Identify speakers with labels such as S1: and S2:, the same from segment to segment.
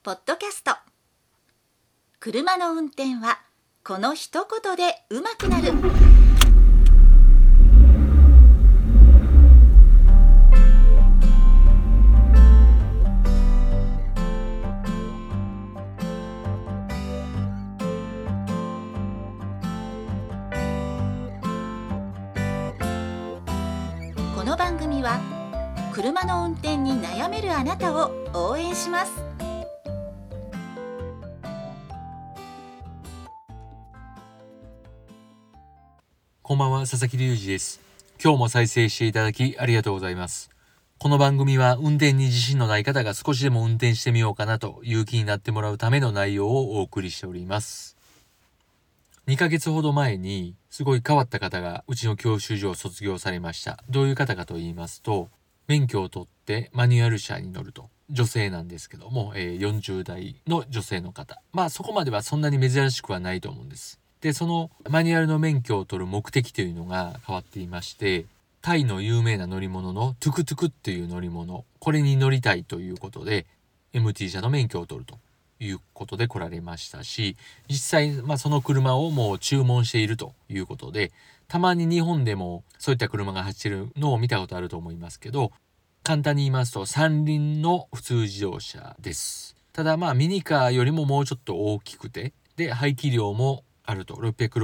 S1: ポッドキャスト。車の運転はこの一言で上手くなる。この番組は車の運転に悩めるあなたを応援します。
S2: こんばんは、佐々木隆二です。今日も再生していただきありがとうございます。この番組は運転に自信のない方が少しでも運転してみようかなという気になってもらうための内容をお送りしております。2ヶ月ほど前にすごい変わった方がうちの教習所を卒業されました。どういう方かと言いますと、免許を取ってマニュアル車に乗ると。女性なんですけども、40代の女性の方。そこまではそんなに珍しくはないと思うんです。で、そのマニュアルの免許を取る目的というのが変わっていまして、タイの有名な乗り物のトゥクトゥクっていう乗り物、これに乗りたいということで MT 車の免許を取るということで来られましたし、実際、その車をもう注文しているということで、たまに日本でもそういった車が走るのを見たことあると思いますけど、簡単に言いますと三輪の普通自動車です。ただミニカーよりももうちょっと大きくて、で排気量もあると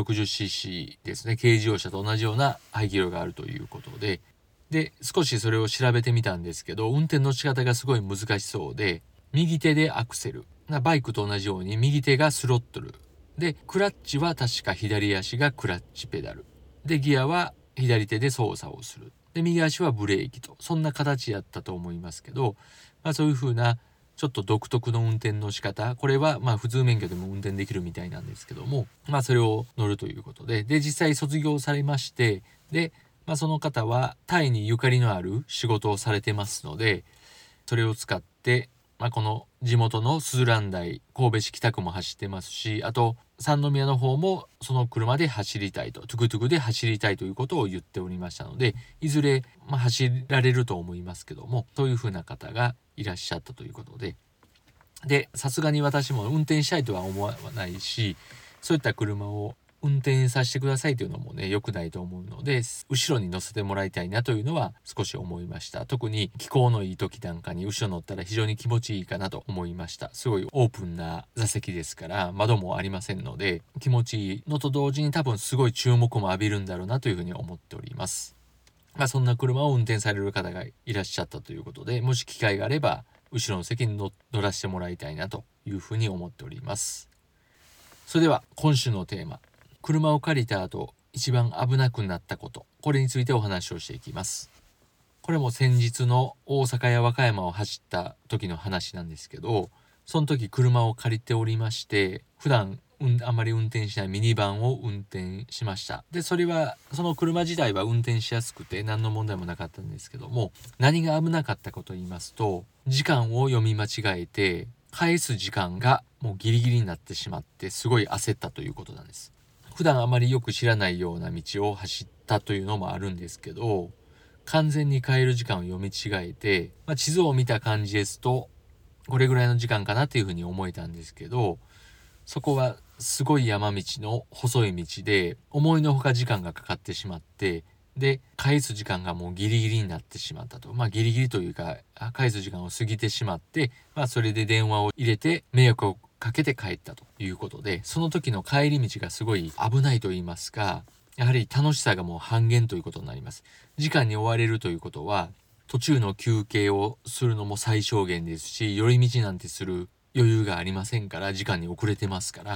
S2: 660cc ですね。軽自動車と同じような排気量があるということで、少しそれを調べてみたんですけど、運転の仕方がすごい難しそうで、右手でアクセル、バイクと同じように右手がスロットルで、クラッチは確か左足がクラッチペダルで、ギアは左手で操作をするで、右足はブレーキと、そんな形やったと思いますけど、そういう風なちょっと独特の運転の仕方、これは普通免許でも運転できるみたいなんですけども、それを乗るということで、実際卒業されまして、その方はタイにゆかりのある仕事をされてますので、それを使ってこの地元のスズラン台、神戸市北区も走ってますし、あと三宮の方もその車で走りたいと、トゥクトゥクで走りたいということを言っておりましたので、いずれ走られると思いますけども、そういう風な方がいらっしゃったということで、さすがに私も運転したいとは思わないし、そういった車を運転させてくださいというのもね、良くないと思うので、後ろに乗せてもらいたいなというのは少し思いました。特に気候のいい時なんかに後ろ乗ったら非常に気持ちいいかなと思いました。すごいオープンな座席ですから窓もありませんので、気持ちいいのと同時に多分すごい注目も浴びるんだろうなというふうに思っております。そんな車を運転される方がいらっしゃったということで、もし機会があれば後ろの席に乗らせてもらいたいなというふうに思っております。それでは今週のテーマ、車を借りた後一番危なくなったこと、これについてお話をしていきます。これも先日の大阪や和歌山を走った時の話なんですけど、その時車を借りておりまして、普段あまり運転しないミニバンを運転しました。で、その車自体は運転しやすくて何の問題もなかったんですけども、何が危なかったかと言いますと、時間を読み間違えて返す時間がもうギリギリになってしまって、すごい焦ったということなんです。普段あまりよく知らないような道を走ったというのもあるんですけど、完全に帰る時間を読み違えて、地図を見た感じですとこれぐらいの時間かなっていうふうに思えたんですけど、そこはすごい山道の細い道で思いのほか時間がかかってしまって、で返す時間がもうギリギリになってしまったと。ギリギリというか返す時間を過ぎてしまって、それで電話を入れて迷惑をかけて帰ったということで、その時の帰り道がすごい危ないと言いますか、やはり楽しさがもう半減ということになります。時間に追われるということは、途中の休憩をするのも最小限ですし、寄り道なんてする余裕がありませんから、時間に遅れてますから、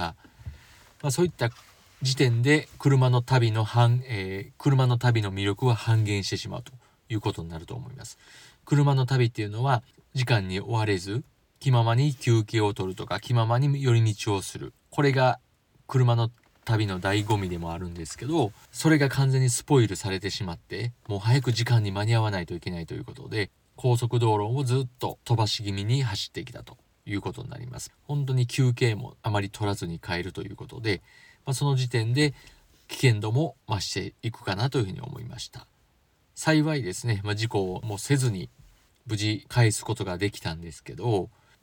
S2: そういった時点で車の旅の魅力は半減してしまうということになると思います。車の旅っていうのは時間に追われず、気ままに休憩を取るとか、気ままに寄り道をする、これが車の旅の醍醐味でもあるんですけど、それが完全にスポイルされてしまって、もう早く時間に間に合わないといけないということで、高速道路をずっと飛ばし気味に走ってきたということになります。本当に休憩もあまり取らずに帰るということで、その時点で危険度も増していくかなというふうに思いました。幸いですね、事故をもせずに無事返すことができたんですけど、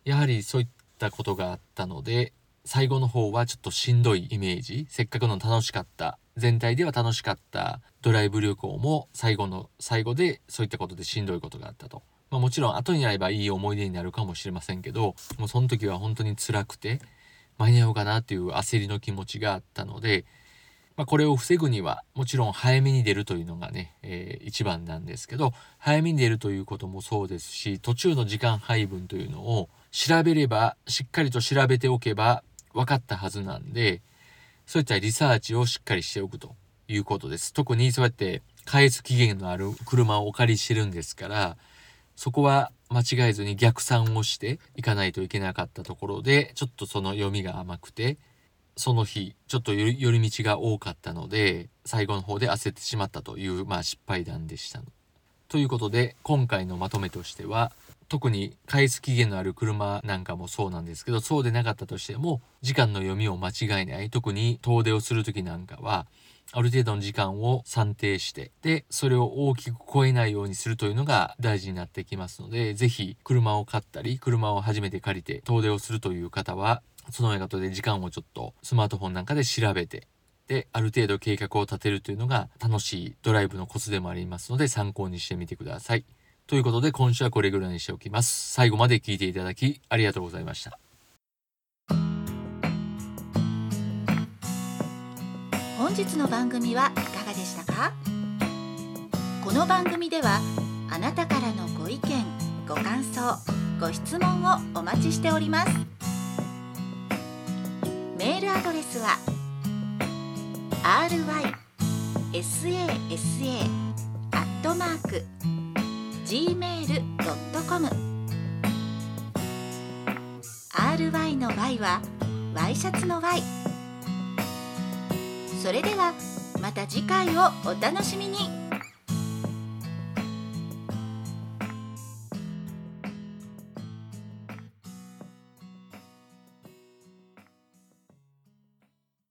S2: やはりそういったことがあったので、最後の方はちょっとしんどいイメージ。せっかくの楽しかった、全体では楽しかったドライブ旅行も最後の最後でそういったことでしんどいことがあったと。もちろん後になればいい思い出になるかもしれませんけど、もうその時は本当に辛くて間に合うかなっていう焦りの気持ちがあったので、これを防ぐにはもちろん早めに出るというのがね、一番なんですけど、早めに出るということもそうですし、途中の時間配分というのを調べれば、しっかりと調べておけば分かったはずなんで、そういったリサーチをしっかりしておくということです。特にそうやって返す期限のある車をお借りしてるんですから、そこは間違えずに逆算をしていかないといけなかったところで、ちょっとその読みが甘くて、その日ちょっと寄り道が多かったので、最後の方で焦ってしまったという、失敗談でした。ということで、今回のまとめとしては、特に返す期限のある車なんかもそうなんですけど、そうでなかったとしても時間の読みを間違えない。特に遠出をする時なんかはある程度の時間を算定して、でそれを大きく超えないようにするというのが大事になってきますので、ぜひ車を買ったり車を初めて借りて遠出をするという方は、そのようなことで時間をちょっとスマートフォンなんかで調べて、である程度計画を立てるというのが楽しいドライブのコツでもありますので、参考にしてみてください。ということで、今週はこれぐらいにしておきます。最後まで聞いていただきありがとうございました。
S1: 本日の番組はいかがでしたか？この番組ではあなたからのご意見、ご感想、ご質問をお待ちしております。メールアドレスは rysasa@gmail.com。 RY の Y はワイシャツの Y。それではまた次回をお楽しみに。